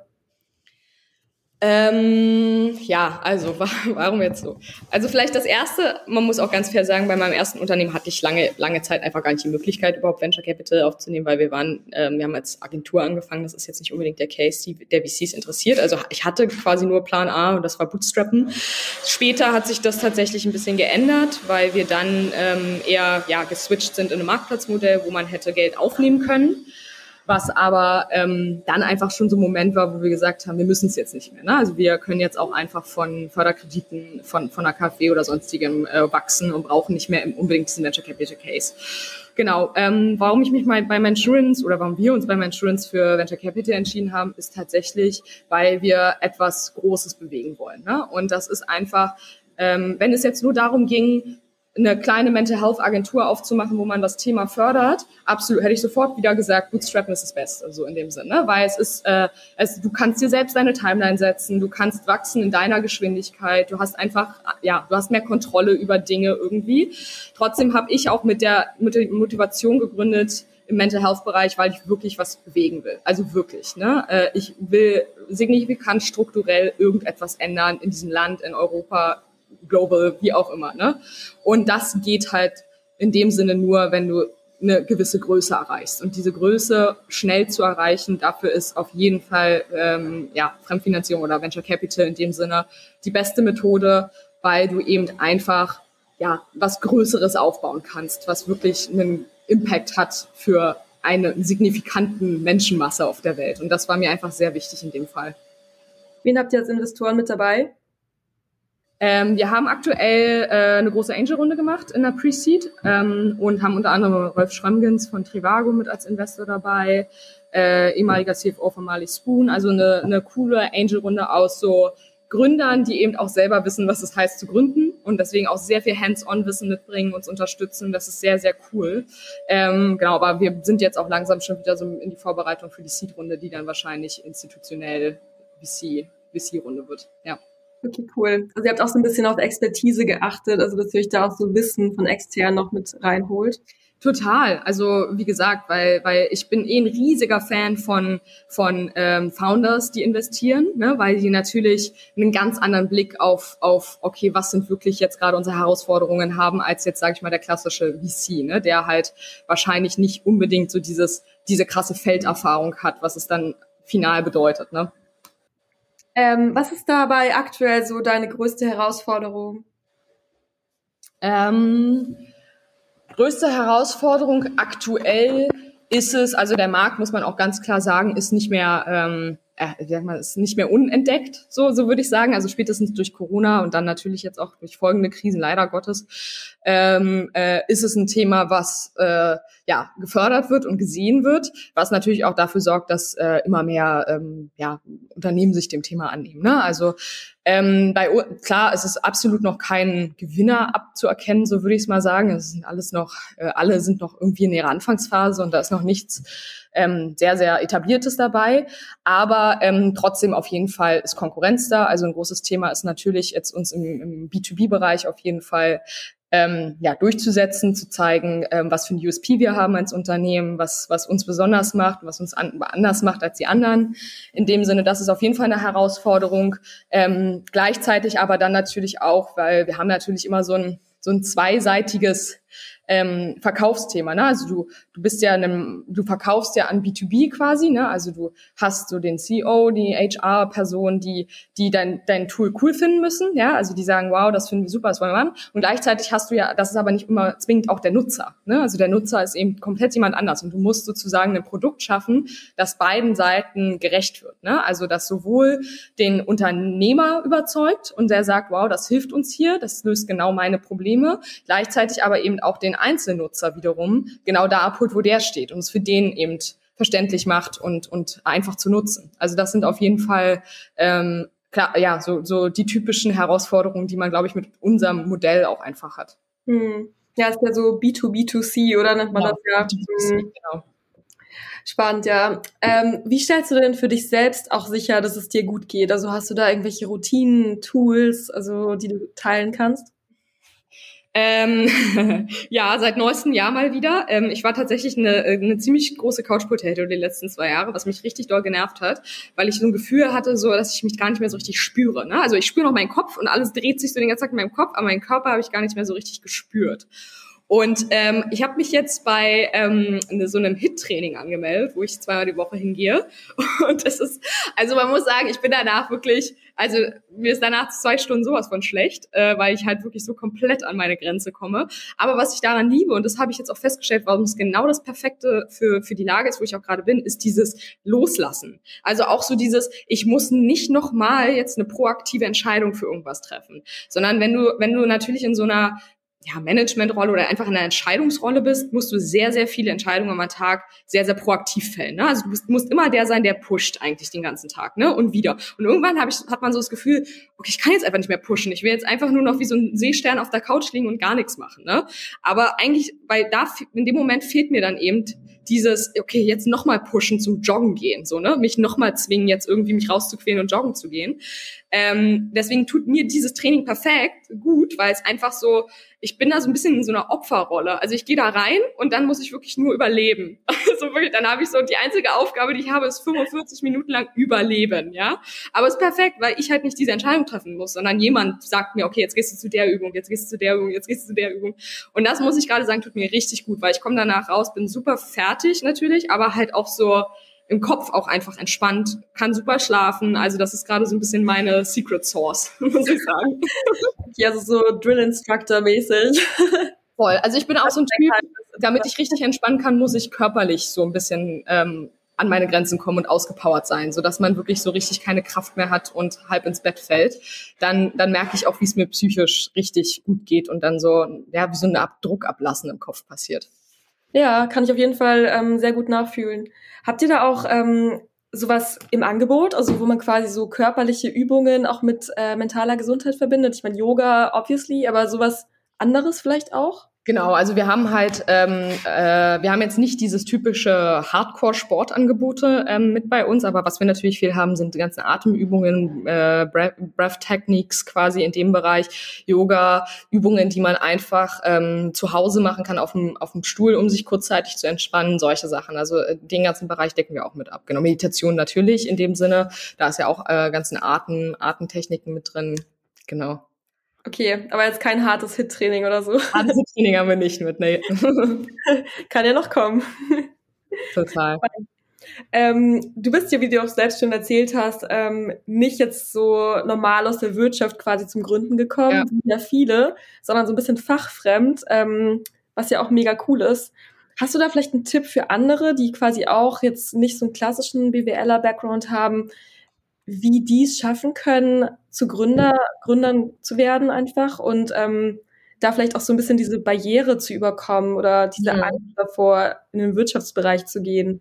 Also warum jetzt so? Also vielleicht das Erste, man muss auch ganz fair sagen, bei meinem ersten Unternehmen hatte ich lange Zeit einfach gar nicht die Möglichkeit, überhaupt Venture Capital aufzunehmen, weil wir haben als Agentur angefangen, das ist jetzt nicht unbedingt der Case, der VCs interessiert. Also ich hatte quasi nur Plan A und das war Bootstrappen. Später hat sich das tatsächlich ein bisschen geändert, weil wir dann eher geswitcht sind in ein Marktplatzmodell, wo man hätte Geld aufnehmen können. Was aber dann einfach schon so ein Moment war, wo wir gesagt haben, wir müssen es jetzt nicht mehr. Ne? Also wir können jetzt auch einfach von Förderkrediten von der KfW oder sonstigem wachsen und brauchen nicht mehr unbedingt diesen Venture Capital Case. Genau. Warum ich mich mal warum wir uns beim Insurance für Venture Capital entschieden haben, ist tatsächlich, weil wir etwas Großes bewegen wollen. Ne? Und das ist einfach, wenn es jetzt nur darum ging, eine kleine Mental Health Agentur aufzumachen, wo man das Thema fördert, absolut, hätte ich sofort wieder gesagt, Bootstrappen ist das Beste, so in dem Sinne, weil es ist, du kannst dir selbst deine Timeline setzen, du kannst wachsen in deiner Geschwindigkeit, du hast einfach, du hast mehr Kontrolle über Dinge irgendwie. Trotzdem habe ich auch mit der Motivation gegründet im Mental Health Bereich, weil ich wirklich was bewegen will. Also wirklich, ne? Ich will signifikant strukturell irgendetwas ändern in diesem Land, in Europa, global, wie auch immer, ne? Und das geht halt in dem Sinne nur, wenn du eine gewisse Größe erreichst. Und diese Größe schnell zu erreichen, dafür ist auf jeden Fall Fremdfinanzierung oder Venture Capital in dem Sinne die beste Methode, weil du eben einfach was Größeres aufbauen kannst, was wirklich einen Impact hat für eine signifikanten Menschenmasse auf der Welt. Und das war mir einfach sehr wichtig in dem Fall. Wen habt ihr als Investoren mit dabei? Wir haben aktuell eine große Angel-Runde gemacht in der Pre-Seed und haben unter anderem Rolf Schrömgens von Trivago mit als Investor dabei, ehemaliger CFO von Marley Spoon, also eine coole Angel-Runde aus so Gründern, die eben auch selber wissen, was es heißt zu gründen und deswegen auch sehr viel Hands-on-Wissen mitbringen, uns unterstützen. Das ist sehr, sehr cool. Aber wir sind jetzt auch langsam schon wieder so in die Vorbereitung für die Seed-Runde, die dann wahrscheinlich institutionell VC-Runde wird, ja. Okay, cool. Also ihr habt auch so ein bisschen auf Expertise geachtet, also dass ihr euch da auch so Wissen von extern noch mit reinholt. Total. Also wie gesagt, weil ich bin ein riesiger Fan von Founders, die investieren, ne, weil die natürlich einen ganz anderen Blick auf okay, was sind wirklich jetzt gerade unsere Herausforderungen haben, als jetzt, sage ich mal, der klassische VC, ne, der halt wahrscheinlich nicht unbedingt so diese krasse Felderfahrung hat, was es dann final bedeutet, ne. Was ist dabei aktuell so deine größte Herausforderung? Größte Herausforderung aktuell ist es, also der Markt, muss man auch ganz klar sagen, ist nicht mehr, ist nicht mehr unentdeckt, so würde ich sagen. Also spätestens durch Corona und dann natürlich jetzt auch durch folgende Krisen, leider Gottes, ist es ein Thema, was gefördert wird und gesehen wird, was natürlich auch dafür sorgt, dass immer mehr Unternehmen sich dem Thema annehmen. Ne? Also klar, es ist absolut noch kein Gewinner abzuerkennen, so würde ich es mal sagen. Es sind alles noch, alle sind noch irgendwie in ihrer Anfangsphase und da ist noch nichts sehr, sehr Etabliertes dabei. Aber trotzdem auf jeden Fall ist Konkurrenz da. Also ein großes Thema ist natürlich jetzt uns im B2B-Bereich auf jeden Fall durchzusetzen, zu zeigen, was für ein USP wir haben als Unternehmen, was uns besonders macht, was uns anders macht als die anderen. In dem Sinne, das ist auf jeden Fall eine Herausforderung. Gleichzeitig aber dann natürlich auch, weil wir haben natürlich immer so ein zweiseitiges Verkaufsthema, ne? Also du bist ja du verkaufst ja an B2B quasi, ne? Also du hast so den CEO, die HR-Person, die dein Tool cool finden müssen, ja? Also die sagen, wow, das finden wir super, das wollen wir machen. Und gleichzeitig hast du ja, das ist aber nicht immer zwingend auch der Nutzer, ne? Also der Nutzer ist eben komplett jemand anders und du musst sozusagen ein Produkt schaffen, das beiden Seiten gerecht wird, ne? Also das sowohl den Unternehmer überzeugt und der sagt, wow, das hilft uns hier, das löst genau meine Probleme, gleichzeitig aber eben auch den Einzelnutzer wiederum genau da abholt, wo der steht und es für den eben verständlich macht und einfach zu nutzen. Also das sind auf jeden Fall klar, ja, so die typischen Herausforderungen, die man, glaube ich, mit unserem Modell auch einfach hat. Ja, ist ja so B2B2C, oder nennt man das ja? B2B2C, genau. Spannend, ja. Wie stellst du denn für dich selbst auch sicher, dass es dir gut geht? Also hast du da irgendwelche Routinen, Tools, also die du teilen kannst? Ja, seit neuestem Jahr mal wieder. Ich war tatsächlich eine ziemlich große Couch-Potato die letzten 2 Jahre, was mich richtig doll genervt hat, weil ich so ein Gefühl hatte, so, dass ich mich gar nicht mehr so richtig spüre. Ne? Also ich spüre noch meinen Kopf und alles dreht sich so den ganzen Tag in meinem Kopf, aber meinen Körper habe ich gar nicht mehr so richtig gespürt. Und ich habe mich jetzt bei so einem HIIT-Training angemeldet, wo ich 2-mal die Woche hingehe. Und das ist, also man muss sagen, ich bin danach wirklich, also mir ist danach 2 Stunden sowas von schlecht, weil ich halt wirklich so komplett an meine Grenze komme. Aber was ich daran liebe, und das habe ich jetzt auch festgestellt, warum es genau das Perfekte für die Lage ist, wo ich auch gerade bin, ist dieses Loslassen. Also auch so dieses, ich muss nicht nochmal jetzt eine proaktive Entscheidung für irgendwas treffen, sondern wenn du natürlich in so einer Managementrolle oder einfach in einer Entscheidungsrolle bist, musst du sehr, sehr viele Entscheidungen am Tag sehr, sehr proaktiv fällen. Ne? Also du musst immer der sein, der pusht eigentlich den ganzen Tag, ne? Und wieder. Und irgendwann hat man so das Gefühl, okay, ich kann jetzt einfach nicht mehr pushen. Ich will jetzt einfach nur noch wie so ein Seestern auf der Couch liegen und gar nichts machen. Ne? Aber eigentlich, weil in dem Moment fehlt mir dann eben dieses, okay, jetzt nochmal pushen zum Joggen gehen, so, ne? Mich nochmal zwingen, jetzt irgendwie mich rauszuquälen und joggen zu gehen. Deswegen tut mir dieses Training perfekt gut, weil es einfach so, ich bin da so ein bisschen in so einer Opferrolle. Also ich gehe da rein und dann muss ich wirklich nur überleben. Also wirklich, dann habe ich so, die einzige Aufgabe, die ich habe, ist 45 Minuten lang überleben, ja. Aber es ist perfekt, weil ich halt nicht diese Entscheidung treffen muss, sondern jemand sagt mir, okay, jetzt gehst du zu der Übung, jetzt gehst du zu der Übung, jetzt gehst du zu der Übung. Und das muss ich gerade sagen, tut mir richtig gut, weil ich komme danach raus, bin super fertig natürlich, aber halt auch so im Kopf auch einfach entspannt, kann super schlafen. Also das ist gerade so ein bisschen meine Secret Sauce, muss ich sagen. Ja, also so Drill-Instructor-mäßig. Voll. Also ich bin auch so ein Typ, damit ich richtig entspannen kann, muss ich körperlich so ein bisschen an meine Grenzen kommen und ausgepowert sein, sodass man wirklich so richtig keine Kraft mehr hat und halb ins Bett fällt. Dann merke ich auch, wie es mir psychisch richtig gut geht und dann so, ja, wie so eine Art Druckablassen im Kopf passiert. Ja, kann ich auf jeden Fall sehr gut nachfühlen. Habt ihr da auch sowas im Angebot, also wo man quasi so körperliche Übungen auch mit mentaler Gesundheit verbindet? Ich meine, Yoga, obviously, aber sowas anderes vielleicht auch? Genau, also wir haben halt, wir haben jetzt nicht dieses typische Hardcore-Sportangebote mit bei uns, aber was wir natürlich viel haben, sind die ganzen Atemübungen, Breath Techniques quasi in dem Bereich, Yoga, Übungen, die man einfach zu Hause machen kann auf dem Stuhl, um sich kurzzeitig zu entspannen, solche Sachen. Also den ganzen Bereich decken wir auch mit ab. Genau, Meditation natürlich in dem Sinne, da ist ja auch ganzen Atemtechniken mit drin, genau. Okay, aber jetzt kein hartes HIIT-Training oder so. Hartes HIIT-Training haben wir nicht mit, nee. Kann ja noch kommen. Total. Du bist ja, wie du auch selbst schon erzählt hast, nicht jetzt so normal aus der Wirtschaft quasi zum Gründen gekommen, wie ja viele, sondern so ein bisschen fachfremd, was ja auch mega cool ist. Hast du da vielleicht einen Tipp für andere, die quasi auch jetzt nicht so einen klassischen BWLer-Background haben, wie die es schaffen können, zu Gründern zu werden einfach und da vielleicht auch so ein bisschen diese Barriere zu überkommen oder diese Angst davor, in den Wirtschaftsbereich zu gehen?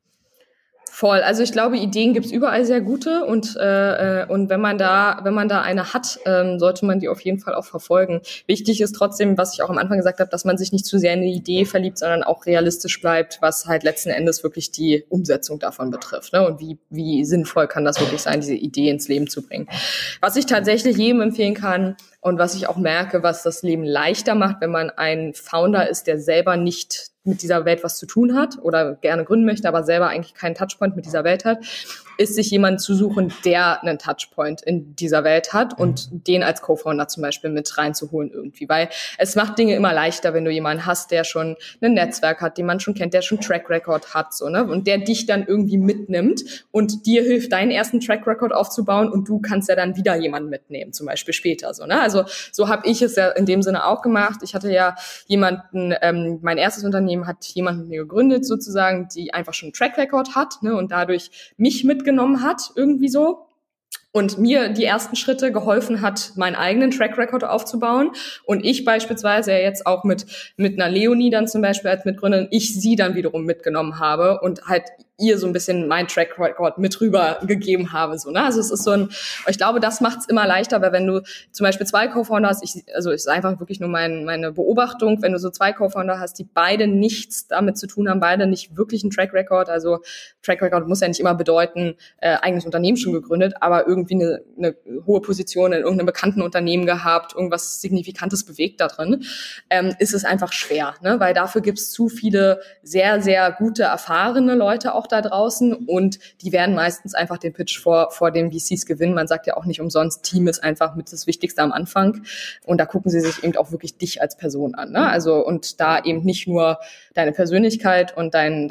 Voll. Also ich glaube, Ideen gibt's überall sehr gute und wenn man da eine hat, sollte man die auf jeden Fall auch verfolgen. Wichtig ist trotzdem, was ich auch am Anfang gesagt habe, dass man sich nicht zu sehr in die Idee verliebt, sondern auch realistisch bleibt, was halt letzten Endes wirklich die Umsetzung davon betrifft, ne? Und wie sinnvoll kann das wirklich sein, diese Idee ins Leben zu bringen. Was ich tatsächlich jedem empfehlen kann und was ich auch merke, was das Leben leichter macht, wenn man ein Founder ist, der selber nicht mit dieser Welt was zu tun hat oder gerne gründen möchte, aber selber eigentlich keinen Touchpoint mit dieser Welt hat, ist sich jemanden zu suchen, der einen Touchpoint in dieser Welt hat und den als Co-Founder zum Beispiel mit reinzuholen irgendwie. Weil es macht Dinge immer leichter, wenn du jemanden hast, der schon ein Netzwerk hat, den man schon kennt, der schon Track Record hat, so, ne? Und der dich dann irgendwie mitnimmt und dir hilft, deinen ersten Track Record aufzubauen und du kannst ja dann wieder jemanden mitnehmen, zum Beispiel später, so, ne? Also so habe ich es ja in dem Sinne auch gemacht. Ich hatte ja jemanden, mein erstes Unternehmen hat jemand mit mir gegründet sozusagen, die einfach schon einen Track Record hat, ne, und dadurch mich mitgenommen hat, irgendwie so. Und mir die ersten Schritte geholfen hat, meinen eigenen Track Record aufzubauen. Und ich beispielsweise ja jetzt auch mit einer Leonie dann zum Beispiel als Mitgründerin, ich sie dann wiederum mitgenommen habe und halt ihr so ein bisschen mein Track Record mit rüber gegeben habe, so, ne? Also es ist ich glaube, das macht's immer leichter, weil wenn du zum Beispiel 2 Co-Founder hast, es ist einfach wirklich nur meine Beobachtung, wenn du so 2 Co-Founder hast, die beide nichts damit zu tun haben, beide nicht wirklich einen Track Record, also Track Record muss ja nicht immer bedeuten, eigenes Unternehmen schon gegründet, aber irgendwie eine hohe Position in irgendeinem bekannten Unternehmen gehabt, irgendwas Signifikantes bewegt da drin, ist es einfach schwer, ne? Weil dafür gibt's zu viele sehr, sehr gute, erfahrene Leute auch da draußen und die werden meistens einfach den Pitch vor den VCs gewinnen. Man sagt ja auch nicht umsonst, Team ist einfach mit das Wichtigste am Anfang und da gucken sie sich eben auch wirklich dich als Person an, ne? Also und da eben nicht nur deine Persönlichkeit und dein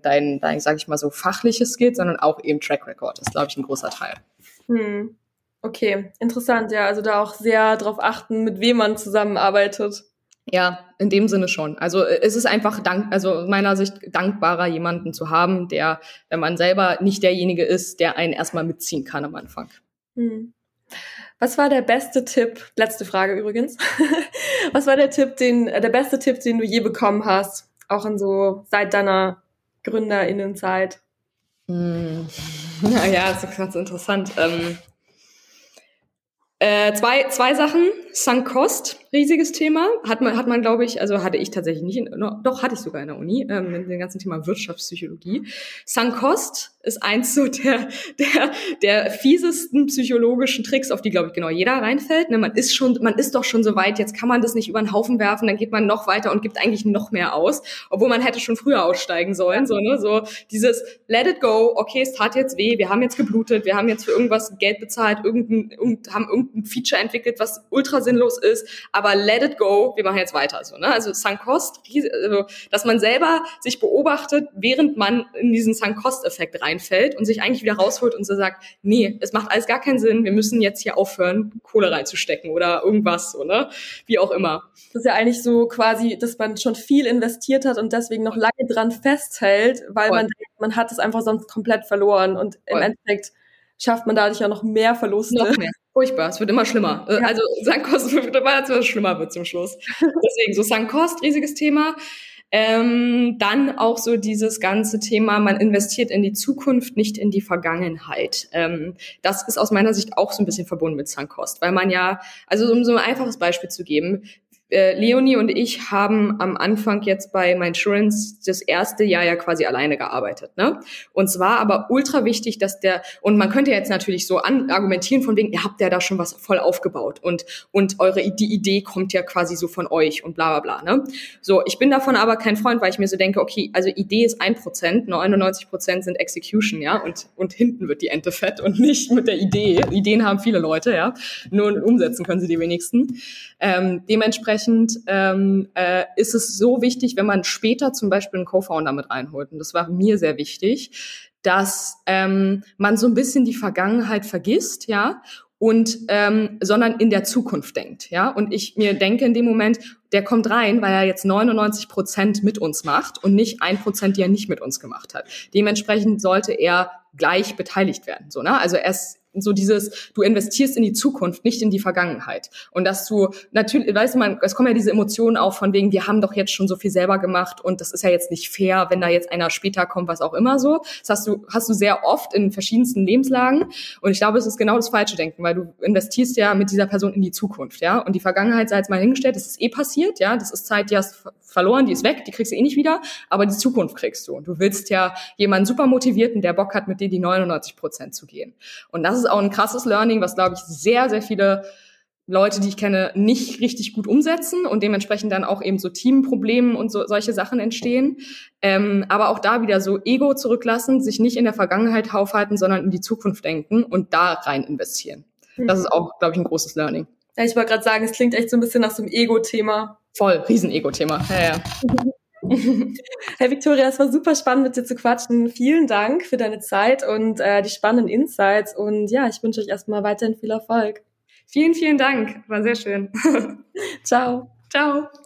sag ich mal so, fachliches Skill, sondern auch eben Track Record. Das ist, glaube ich, ein großer Teil. Okay, interessant, ja. Also da auch sehr drauf achten, mit wem man zusammenarbeitet. Ja, in dem Sinne schon. Also es ist einfach aus meiner Sicht dankbarer, jemanden zu haben, der, wenn man selber nicht derjenige ist, der einen erstmal mitziehen kann am Anfang. Was war der beste Tipp? Letzte Frage übrigens. Was war der beste Tipp, den du je bekommen hast? Auch seit deiner GründerInnenzeit? Naja, das ist ganz interessant. Zwei Sachen. Sunk Cost, riesiges Thema. Hat man, glaube ich, also hatte ich tatsächlich nicht, doch hatte ich sogar in der Uni, mit dem ganzen Thema Wirtschaftspsychologie. Sunk Cost ist eins so der fiesesten psychologischen Tricks, auf die, glaube ich, genau jeder reinfällt. Ne, man ist doch schon so weit, jetzt kann man das nicht über den Haufen werfen, dann geht man noch weiter und gibt eigentlich noch mehr aus, obwohl man hätte schon früher aussteigen sollen, so, ne, so dieses let it go, okay, es tat jetzt weh, wir haben jetzt geblutet, wir haben jetzt für irgendwas Geld bezahlt, haben irgendein Feature entwickelt, was ultra sinnlos ist, aber let it go, wir machen jetzt weiter, so, ne, also Sunk Cost, also, dass man selber sich beobachtet, während man in diesen Sunk Cost Effekt reinfällt und sich eigentlich wieder rausholt und so sagt, nee, es macht alles gar keinen Sinn, wir müssen jetzt hier aufhören, Kohle reinzustecken oder irgendwas, so, ne, wie auch immer. Das ist ja eigentlich so quasi, dass man schon viel investiert hat und deswegen noch lange dran festhält, weil man denkt, man hat es einfach sonst komplett verloren und im Endeffekt schafft man dadurch ja noch mehr Verluste. Noch mehr. Furchtbar, es wird immer schlimmer. Ja. Also Sunk Cost wird immer, als es schlimmer wird zum Schluss. Deswegen so Sunk Cost, riesiges Thema. Dann auch so dieses ganze Thema, man investiert in die Zukunft, nicht in die Vergangenheit. Das ist aus meiner Sicht auch so ein bisschen verbunden mit Sunk Cost, weil man ja, also um so ein einfaches Beispiel zu geben, Leonie und ich haben am Anfang jetzt bei Mindsurance das erste Jahr ja quasi alleine gearbeitet, ne? Und zwar aber ultra wichtig, dass und man könnte jetzt natürlich so argumentieren von wegen, ihr habt ja da schon was voll aufgebaut und die Idee kommt ja quasi so von euch und bla bla bla, ne? So, ich bin davon aber kein Freund, weil ich mir so denke, okay, also Idee ist 1%, 99% sind Execution, ja, und hinten wird die Ente fett und nicht mit der Idee. Ideen haben viele Leute, ja, nur umsetzen können sie die wenigsten. Dementsprechend ist es so wichtig, wenn man später zum Beispiel einen Co-Founder mit reinholt, und das war mir sehr wichtig, dass man so ein bisschen die Vergangenheit vergisst, ja, und sondern in der Zukunft denkt, ja. Und ich mir denke in dem Moment, der kommt rein, weil er jetzt 99% mit uns macht und nicht 1%, die er nicht mit uns gemacht hat. Dementsprechend sollte er gleich beteiligt werden, so, ne? Also erst so dieses, du investierst in die Zukunft, nicht in die Vergangenheit. Und dass du natürlich, weißt du, es kommen ja diese Emotionen auf von wegen, wir haben doch jetzt schon so viel selber gemacht und das ist ja jetzt nicht fair, wenn da jetzt einer später kommt, was auch immer so. Das hast du sehr oft in verschiedensten Lebenslagen. Und ich glaube, es ist genau das falsche Denken, weil du investierst ja mit dieser Person in die Zukunft, ja. Und die Vergangenheit sei jetzt mal hingestellt, das ist eh passiert, ja. Das ist Zeit, die hast verloren, die ist weg, die kriegst du eh nicht wieder, aber die Zukunft kriegst du. Und du willst ja jemanden super motivierten, der Bock hat, mit dir die 99% zu gehen. Und das ist auch ein krasses Learning, was, glaube ich, sehr, sehr viele Leute, die ich kenne, nicht richtig gut umsetzen und dementsprechend dann auch eben so Teamprobleme und solche Sachen entstehen. Aber auch da wieder so Ego zurücklassen, sich nicht in der Vergangenheit aufhalten, sondern in die Zukunft denken und da rein investieren. Das ist auch, glaube ich, ein großes Learning. Ja, ich wollte gerade sagen, es klingt echt so ein bisschen nach so einem Ego-Thema. Voll, Riesen-Ego-Thema. Ja. Hey Victoria, es war super spannend, mit dir zu quatschen. Vielen Dank für deine Zeit und die spannenden Insights. Und ja, ich wünsche euch erstmal weiterhin viel Erfolg. Vielen, vielen Dank. War sehr schön. Ciao. Ciao.